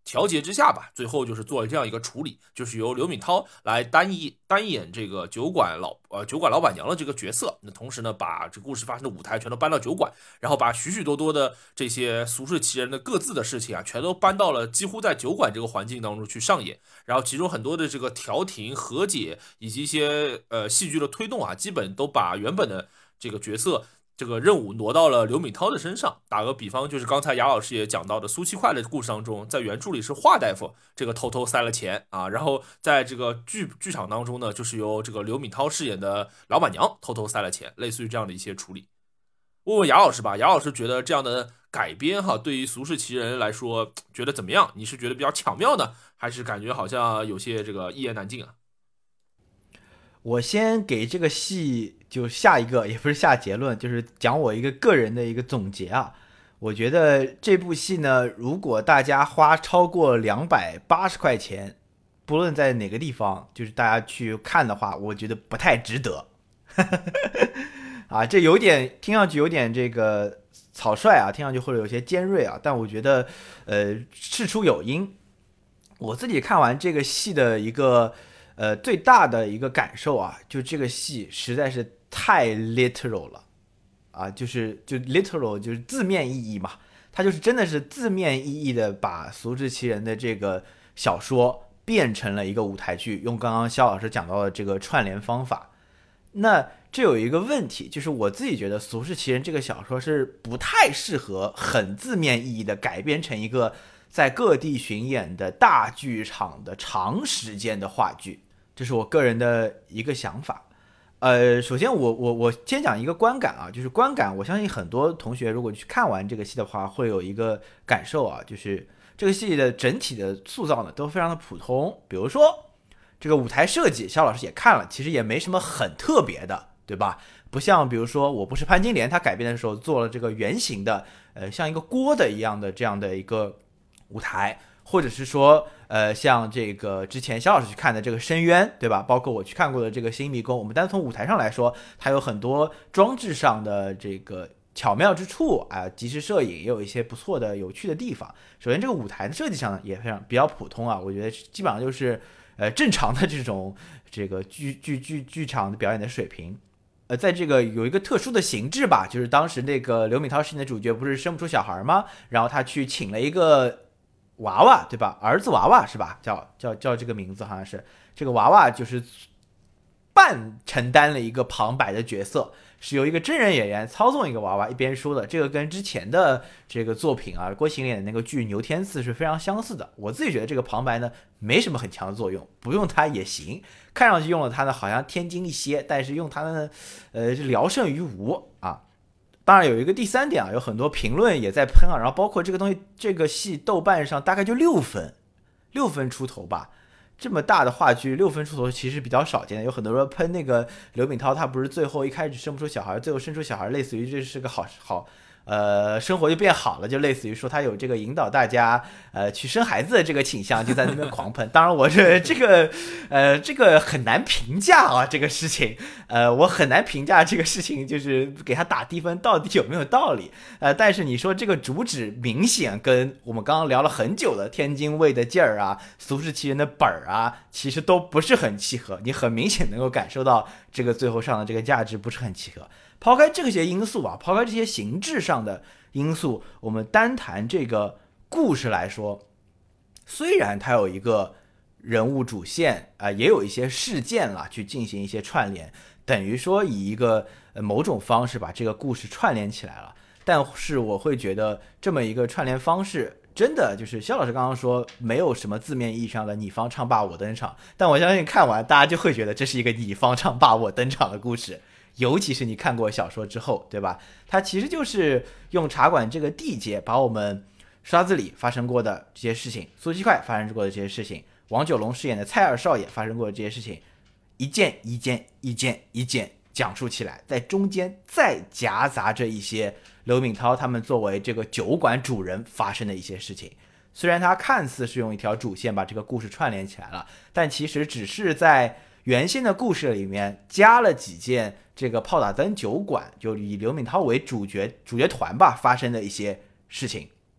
调节之下吧，最后就是做了这样一个处理，就是由刘敏涛来单一单演这个酒馆老呃酒馆老板娘的这个角色。那同时呢，把这故事发生的舞台全都搬到酒馆，然后把许许多多的这些俗世奇人的各自的事情啊，全都搬到了几乎在酒馆这个环境当中去上演。然后其中很多的这个调停、和解以及一些呃戏剧的推动啊，基本都把原本的这个角色。这个任务挪到了刘敏涛的身上。打个比方，就是刚才雅老师也讲到的苏七块的故事当中，在原著里是华大夫这个偷偷塞了钱啊，然后在这个剧剧场当中呢，就是由这个刘敏涛饰演的老板娘偷偷塞了钱，类似于这样的一些处理。问问雅老师吧，雅老师觉得这样的改编哈，对于俗世奇人来说，觉得怎么样？你是觉得比较巧妙呢，还是感觉好像有些这个一言难尽啊？ 我先给这个戏就下一个，也不是下结论，就是讲我一个个人的一个总结啊。我觉得这部戏呢，如果大家花超过两百八十块钱，不论在哪个地方，就是大家去看的话，我觉得不太值得。啊，这有点听上去有点这个草率啊，听上去或者有些尖锐啊，但我觉得呃事出有因。我自己看完这个戏的一个呃最大的一个感受啊，就这个戏实在是太 literal 了啊，就是就 literal 就是字面意义嘛，它就是真的是字面意义的把俗世奇人的这个小说变成了一个舞台剧，用刚刚肖老师讲到的这个串联方法。那这有一个问题，就是我自己觉得《俗世奇人》这个小说是不太适合很字面意义的改编成一个在各地巡演的大剧场的长时间的话剧，这是我个人的一个想法。呃，首先我我我先讲一个观感啊，就是观感，我相信很多同学如果去看完这个戏的话，会有一个感受啊，就是这个戏的整体的塑造呢都非常的普通，比如说这个舞台设计，肖老师也看了，其实也没什么很特别的，对吧？不像比如说我不是潘金莲，他改编的时候做了这个圆形的，呃，像一个锅的一样的这样的一个舞台，或者是说，呃，像这个之前肖老师去看的这个深渊，对吧？包括我去看过的这个新迷宫，我们单从舞台上来说，它有很多装置上的这个巧妙之处啊、呃，即时摄影也有一些不错的有趣的地方。首先，这个舞台的设计上呢也非常比较普通啊，我觉得基本上就是呃正常的这种这个剧剧剧剧场的表演的水平。呃，在这个有一个特殊的形制吧，就是当时那个刘敏涛饰演的主角不是生不出小孩吗？然后他去请了一个娃娃，对吧？儿子娃娃是吧？叫叫叫这个名字好像是这个娃娃，就是半承担了一个旁白的角色，是由一个真人演员操纵一个娃娃一边说的。这个跟之前的这个作品啊，郭麒麟演的那个剧《牛天赐》是非常相似的。我自己觉得这个旁白呢没什么很强的作用，不用它也行。看上去用了它呢，好像天津一些，但是用它呢，呃，聊胜于无啊。当然有一个第三点啊，有很多评论也在喷啊，然后包括这个东西，这个戏豆瓣上大概就六分，六分出头吧。这么大的话剧六分出头其实比较少见的，有很多人喷那个刘敏涛，她不是最后一开始生不出小孩，最后生出小孩，类似于这是个好好。呃，生活就变好了，就类似于说他有这个引导大家呃去生孩子的这个倾向，就在那边狂喷。当然，我是这个呃这个很难评价啊，这个事情呃我很难评价这个事情，就是给他打低分到底有没有道理。呃，但是你说这个主旨明显跟我们刚刚聊了很久的天津卫的劲儿啊、俗世奇人的本儿啊，其实都不是很契合。你很明显能够感受到这个最后上的这个价值不是很契合。抛开这些因素啊，抛开这些形制上的因素，我们单谈这个故事来说，虽然它有一个人物主线啊、呃，也有一些事件啦，去进行一些串联，等于说以一个、呃、某种方式把这个故事串联起来了。但是我会觉得这么一个串联方式，真的就是肖老师刚刚说没有什么字面意义上的你方唱罢我登场，但我相信看完大家就会觉得这是一个你方唱罢我登场的故事。尤其是你看过小说之后，对吧？它其实就是用茶馆这个地界，把我们刷子里发生过的这些事情，苏七块发生过的这些事情，王九龙饰演的蔡二少爷发生过的这些事情，一件一件一件一件讲述起来，在中间再夹杂着一些刘敏涛他们作为这个酒馆主人发生的一些事情。虽然他看似是用一条主线把这个故事串联起来了，但其实只是在原先的故事里面加了几件这个炮打灯酒馆，就以刘敏涛为主角主角团吧发生的一些事情。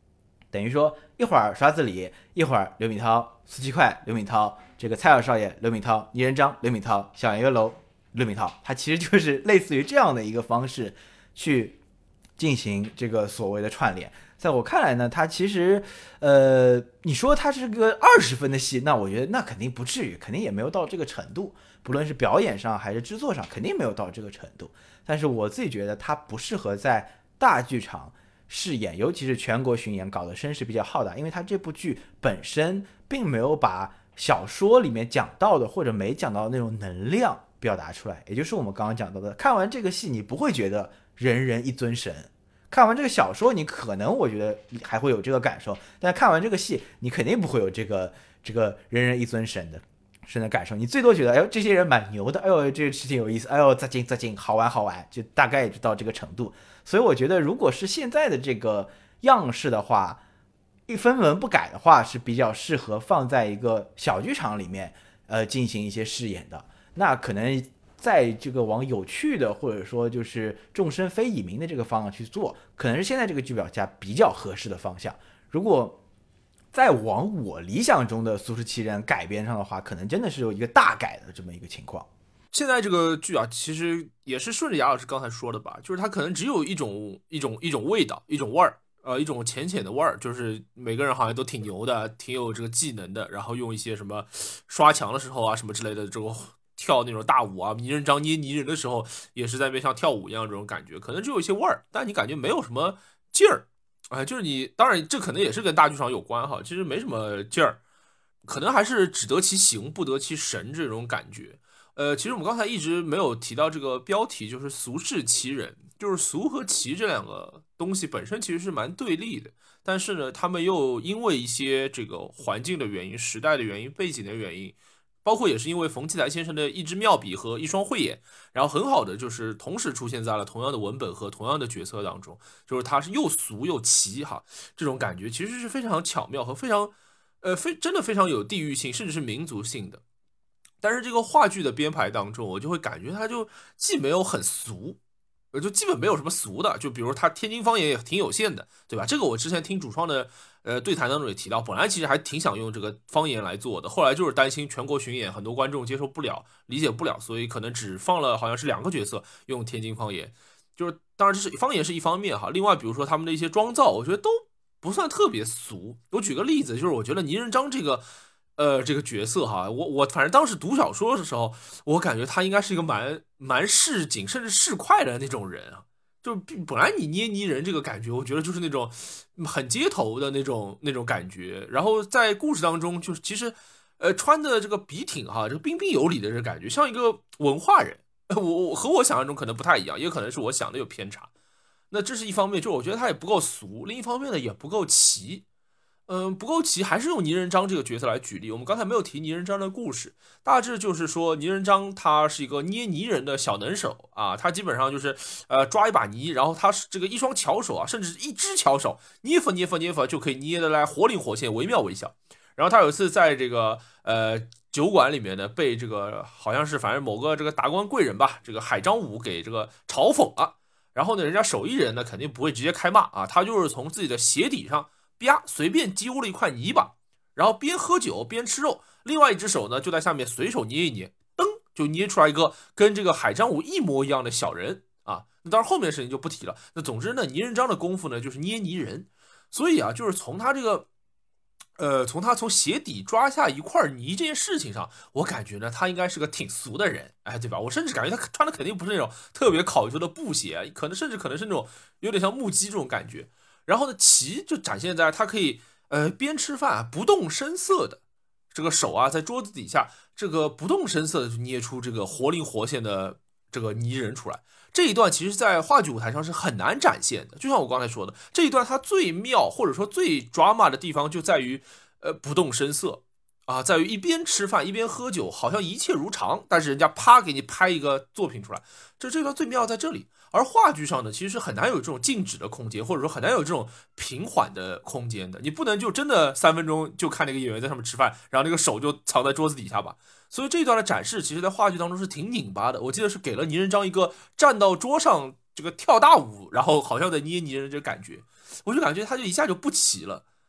等于说一会儿刷子李，一会儿刘敏涛、苏七快、刘敏涛，这个蔡尔少爷刘敏涛、倪仁章刘敏涛、小严月楼刘敏涛，他其实就是类似于这样的一个方式去进行这个所谓的串联。在我看来呢，他其实，呃，你说他是个二十分的戏，那我觉得那肯定不至于，肯定也没有到这个程度，不论是表演上还是制作上，肯定没有到这个程度。但是我自己觉得他不适合在大剧场饰演，尤其是全国巡演搞得声势比较浩大，因为他这部剧本身并没有把小说里面讲到的或者没讲到的那种能量表达出来，也就是我们刚刚讲到的，看完这个戏你不会觉得人人一尊神，看完这个小说你可能我觉得还会有这个感受，但看完这个戏你肯定不会有这个这个人人一尊神的神的感受，你最多觉得哎呦这些人蛮牛的，哎呦这个事情有意思，哎呦再劲再劲好玩好玩，就大概也就到这个程度。所以我觉得如果是现在的这个样式的话，一分文不改的话是比较适合放在一个小剧场里面呃进行一些饰演的。那可能在这个往有趣的或者说就是众生非以民的这个方向去做，可能是现在这个剧表家比较合适的方向。如果再往我理想中的苏十七人改编上的话，可能真的是有一个大改的这么一个情况。 现在这个剧啊，其实也是顺着雅老师刚才说的吧，就是它可能只有一种一种一种味道，一种味儿，呃，一种浅浅的味儿，就是每个人好像都挺牛的，挺有这个技能的，然后用一些什么刷墙的时候啊，什么之类的这种跳那种大舞啊，泥人张捏泥人的时候，也是在那边像跳舞一样这种感觉，可能只有一些味儿，但你感觉没有什么劲儿，哎、呃，就是你当然这可能也是跟大剧场有关哈，其实没什么劲儿，可能还是只得其形不得其神这种感觉。呃，其实我们刚才一直没有提到这个标题，就是俗世奇人，就是俗和奇这两个东西本身其实是蛮对立的，但是呢，他们又因为一些这个环境的原因、时代的原因、背景的原因，包括也是因为冯骥才先生的一支妙笔和一双慧眼，然后很好的就是同时出现在了同样的文本和同样的角色当中，就是它是又俗又奇哈，这种感觉其实是非常巧妙和非常，呃，非真的非常有地域性，甚至是民族性的。但是这个话剧的编排当中，我就会感觉它就既没有很俗，就基本没有什么俗的，就比如它天津方言也挺有限的，对吧？这个我之前听主创的呃对谈当中也提到，本来其实还挺想用这个方言来做的，后来就是担心全国巡演很多观众接受不了、理解不了，所以可能只放了好像是两个角色用天津方言。就是当然这是方言是一方面哈，另外比如说他们的一些妆造，我觉得都不算特别俗。我举个例子，就是我觉得倪仁章这个。呃，这个角色哈，我我反正当时读小说的时候，我感觉他应该是一个蛮蛮市井甚至市侩的那种人啊。就本来你捏泥人这个感觉，我觉得就是那种很街头的那种那种感觉。然后在故事当中，就是其实呃穿的这个笔挺哈，这个彬彬有礼的这个感觉，像一个文化人。我我和我想象中可能不太一样，也可能是我想的有偏差。那这是一方面，就是我觉得他也不够俗；另一方面呢，也不够奇。嗯，不够齐，还是用倪仁章这个角色来举例。我们刚才没有提倪仁章的故事，大致就是说倪仁章他是一个捏泥人的小能手啊，他基本上就是呃抓一把泥，然后他是这个一双巧手啊，甚至一只巧手捏发捏发捏发就可以捏得来活灵活现，惟妙惟肖。然后他有一次在这个呃酒馆里面呢，被这个好像是反正某个这个达官贵人吧，这个海张武给这个嘲讽了。然后呢，人家手艺人呢肯定不会直接开骂啊，他就是从自己的鞋底上。啪，随便揪了一块泥巴，然后边喝酒边吃肉，另外一只手呢就在下面随手捏一捏，噔就捏出来一个跟这个海张武一模一样的小人啊。那当然后面的事情就不提了。那总之呢，倪仁章的功夫呢就是捏泥人，所以啊，就是从他这个，呃，从他从鞋底抓下一块泥这件事情上，我感觉呢他应该是个挺俗的人，哎，对吧？我甚至感觉他穿的肯定不是那种特别考究的布鞋，可能甚至可能是那种有点像木屐这种感觉。然后呢，奇就展现在他可以呃边吃饭不动声色的这个手啊，在桌子底下这个不动声色的就捏出这个活灵活现的这个泥人出来。这一段其实在话剧舞台上是很难展现的，就像我刚才说的，这一段它最妙或者说最 drama 的地方就在于呃不动声色啊，在于一边吃饭一边喝酒，好像一切如常，但是人家啪给你拍一个作品出来，这这段最妙在这里。而话剧上呢，其实很难有这种静止的空间，或者说很难有这种平缓的空间的。你不能就真的三分钟就看那个演员在上面吃饭，然后那个手就藏在桌子底下吧。所以这一段的展示，其实在话剧当中是挺拧巴的。我记得是给了倪仁章一个站到桌上这个跳大舞，然后好像在捏泥人这个感觉，我就感觉他就一下就不齐了。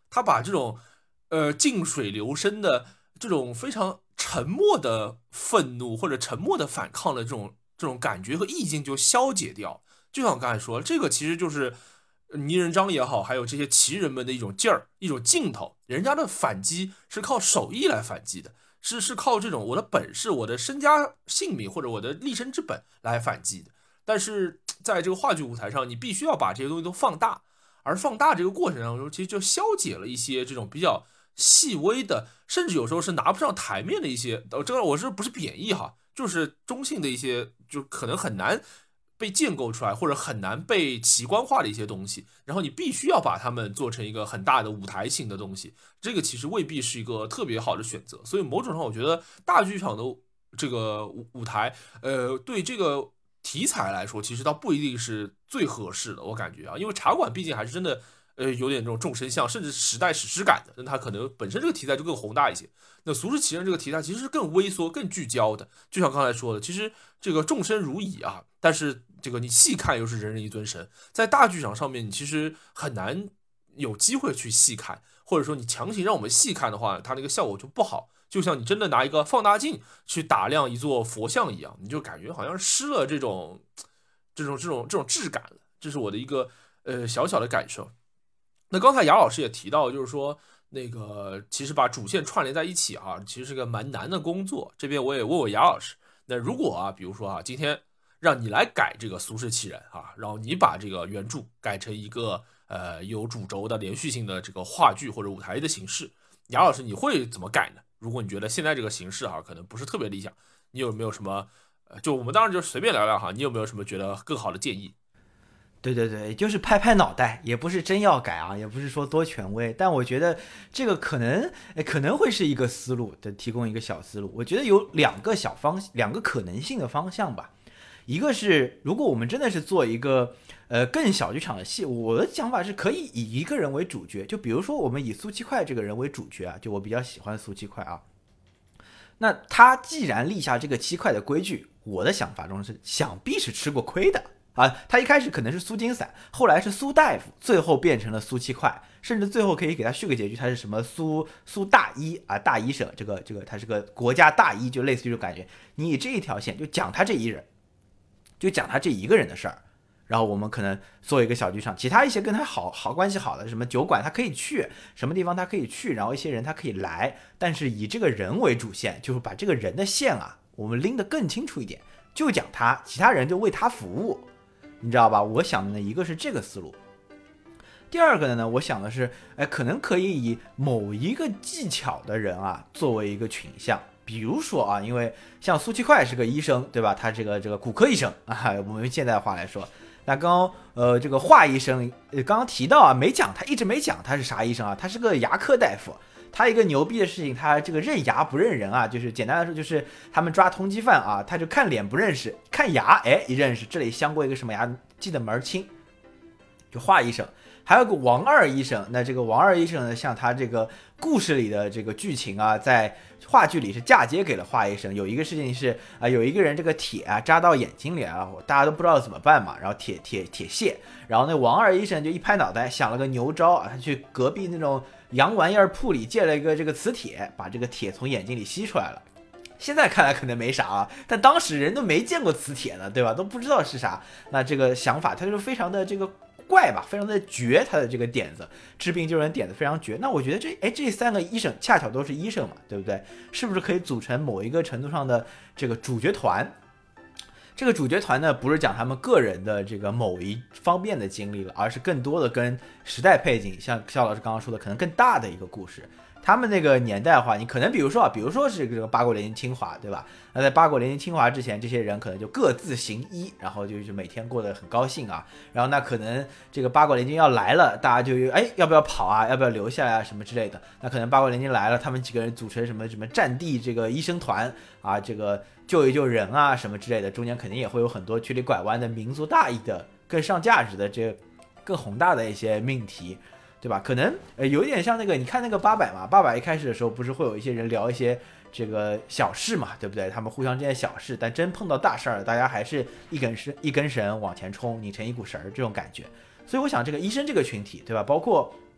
他把这种呃静水流深的这种非常沉默的愤怒或者沉默的反抗的这种这种感觉和意境就消解掉。就像我刚才说，这个其实就是泥人张也好，还有这些奇人们的一种劲儿，一种劲头。人家的反击是靠手艺来反击的，是是靠这种我的本事、我的身家性命或者我的立身之本来反击的。但是在这个话剧舞台上，你必须要把这些东西都放大，而放大这个过程当中，其实就消解了一些这种比较细微的，甚至有时候是拿不上台面的一些，呃，这个我是不是贬义哈，就是中性的一些，就可能很难被建构出来，或者很难被奇观化的一些东西，然后你必须要把它们做成一个很大的舞台性的东西，这个其实未必是一个特别好的选择。所以某种上，我觉得大剧场的这个舞舞台，呃，对这个题材来说，其实倒不一定是最合适的，我感觉啊，因为茶馆毕竟还是真的。呃，有点这种众生相，甚至时代史诗感的，那它可能本身这个题材就更宏大一些。那俗世奇人这个题材其实是更微缩、更聚焦的。就像刚才说的，其实这个众生如蚁啊，但是这个你细看又是人人一尊神，在大剧场上面，你其实很难有机会去细看，或者说你强行让我们细看的话，它那个效果就不好。就像你真的拿一个放大镜去打量一座佛像一样，你就感觉好像失了这种这种这种这种质感了。这是我的一个呃小小的感受。那刚才雅老师也提到，就是说那个其实把主线串联在一起啊，其实是个蛮难的工作。这边我也问问雅老师，那如果啊，比如说啊，今天让你来改这个《俗世奇人》啊，然后你把这个原著改成一个呃有主轴的连续性的这个话剧或者舞台的形式，雅老师你会怎么改呢？如果你觉得现在这个形式啊可能不是特别理想，你有没有什么呃，就我们当然就随便聊聊哈，你有没有什么觉得更好的建议？ 对对对，就是拍拍脑袋，也不是真要改啊，也不是说多权威，但我觉得这个可能可能会是一个思路的，提供一个小思路。我觉得有两个小方，两个可能性的方向吧。一个是，如果我们真的是做一个呃更小剧场的戏，我的想法是可以以一个人为主角，就比如说我们以苏七块这个人为主角啊，就我比较喜欢苏七块啊。那他既然立下这个七块的规矩，我的想法中是想必是吃过亏的。啊，他一开始可能是苏金散，后来是苏大夫，最后变成了苏七块，甚至最后可以给他续个结局，他是什么苏苏大医啊，大医生，这个这个他是个国家大医，就类似于这种感觉。你以这一条线就讲他这一人，就讲他这一个人的事儿，然后我们可能做一个小剧场，其他一些跟他好好关系好的，什么酒馆他可以去，什么地方他可以去，然后一些人他可以来，但是以这个人为主线，就是把这个人的线啊，我们拎得更清楚一点，就讲他，其他人就为他服务。你知道吧？我想的呢，一个是这个思路，第二个呢，我想的是，哎，可能可以以某一个技巧的人啊作为一个群像，比如说啊，因为像苏七块是个医生，对吧？他这个这个骨科医生啊，我们用现代话来说，那刚刚呃这个华医生，呃刚刚提到啊，没讲，他一直没讲他是啥医生啊，他是个牙科大夫。他一个牛逼的事情，他这个认牙不认人啊，就是简单来说，就是他们抓通缉犯啊，他就看脸不认识，看牙哎一认识，这里镶过一个什么牙，记得门儿清，就华医生。还有个王二医生，那这个王二医生呢，像他这个故事里的这个剧情啊，在话剧里是嫁接给了华医生。有一个事情是啊、呃，有一个人这个铁啊扎到眼睛里啊，大家都不知道怎么办嘛，然后铁铁铁屑，然后那王二医生就一拍脑袋想了个牛招啊，他去隔壁那种洋玩意儿铺里借了一个这个磁铁，把这个铁从眼睛里吸出来了。现在看来可能没啥啊，但当时人都没见过磁铁呢，对吧？都不知道是啥。那这个想法，他就非常的这个怪吧，非常的绝，他的这个点子，治病救人点子非常绝。那我觉得这哎这三个医生恰巧都是医生嘛，对不对？是不是可以组成某一个程度上的这个主角团？这个主角团呢，不是讲他们个人的这个某一方面的经历了，而是更多的跟时代背景，像肖老师刚刚说的，可能更大的一个故事。他们那个年代的话，你可能比如说啊，比如说是这个八国联军侵华，对吧？那在八国联军侵华之前，这些人可能就各自行医，然后就是每天过得很高兴啊。然后那可能这个八国联军要来了，大家就哎要不要跑啊？要不要留下来啊？什么之类的。那可能八国联军来了，他们几个人组成什么什么战地这个医生团啊，这个救一救人啊什么之类的。中间肯定也会有很多曲里拐弯的民族大义的、更上价值的这更宏大的一些命题。对吧？可能呃有一点像那个，你看那个八百嘛，八百一开始的时候不是会有一些人聊一些这个小事嘛，对不对？他们互相之间小事，但真碰到大事儿，大家还是一根绳一根绳往前冲，拧成一股绳儿这种感觉。所以我想这个医生这个群体，对吧？包括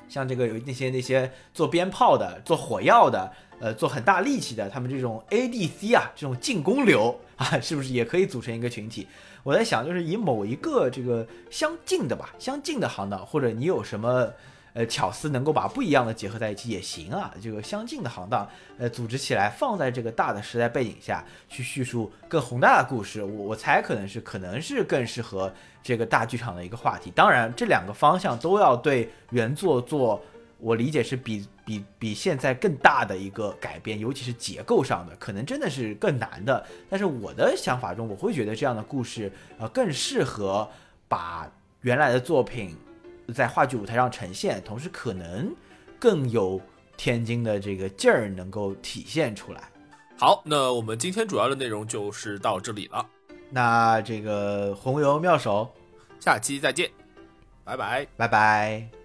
像这个有那些那些做鞭炮的、做火药的、呃做很大力气的，他们这种 A D C 啊，这种进攻流啊，是不是也可以组成一个群体？我在想，就是以某一个这个相近的吧，相近的行当，或者你有什么呃巧思能够把不一样的结合在一起也行啊。这个相近的行当，呃，组织起来放在这个大的时代背景下去叙述更宏大的故事，我我猜可能是可能是更适合这个大剧场的一个话题。当然，这两个方向都要对原作做，我理解是比比比现在更大的一个改变，尤其是结构上的，可能真的是更难的。但是我的想法中，我会觉得这样的故事，呃，更适合把原来的作品在话剧舞台上呈现，同时可能更有天津的这个劲儿能够体现出来。 好，那我们今天主要的内容就是到这里了。 那这个红油妙手， 下期再见，拜拜， 拜拜。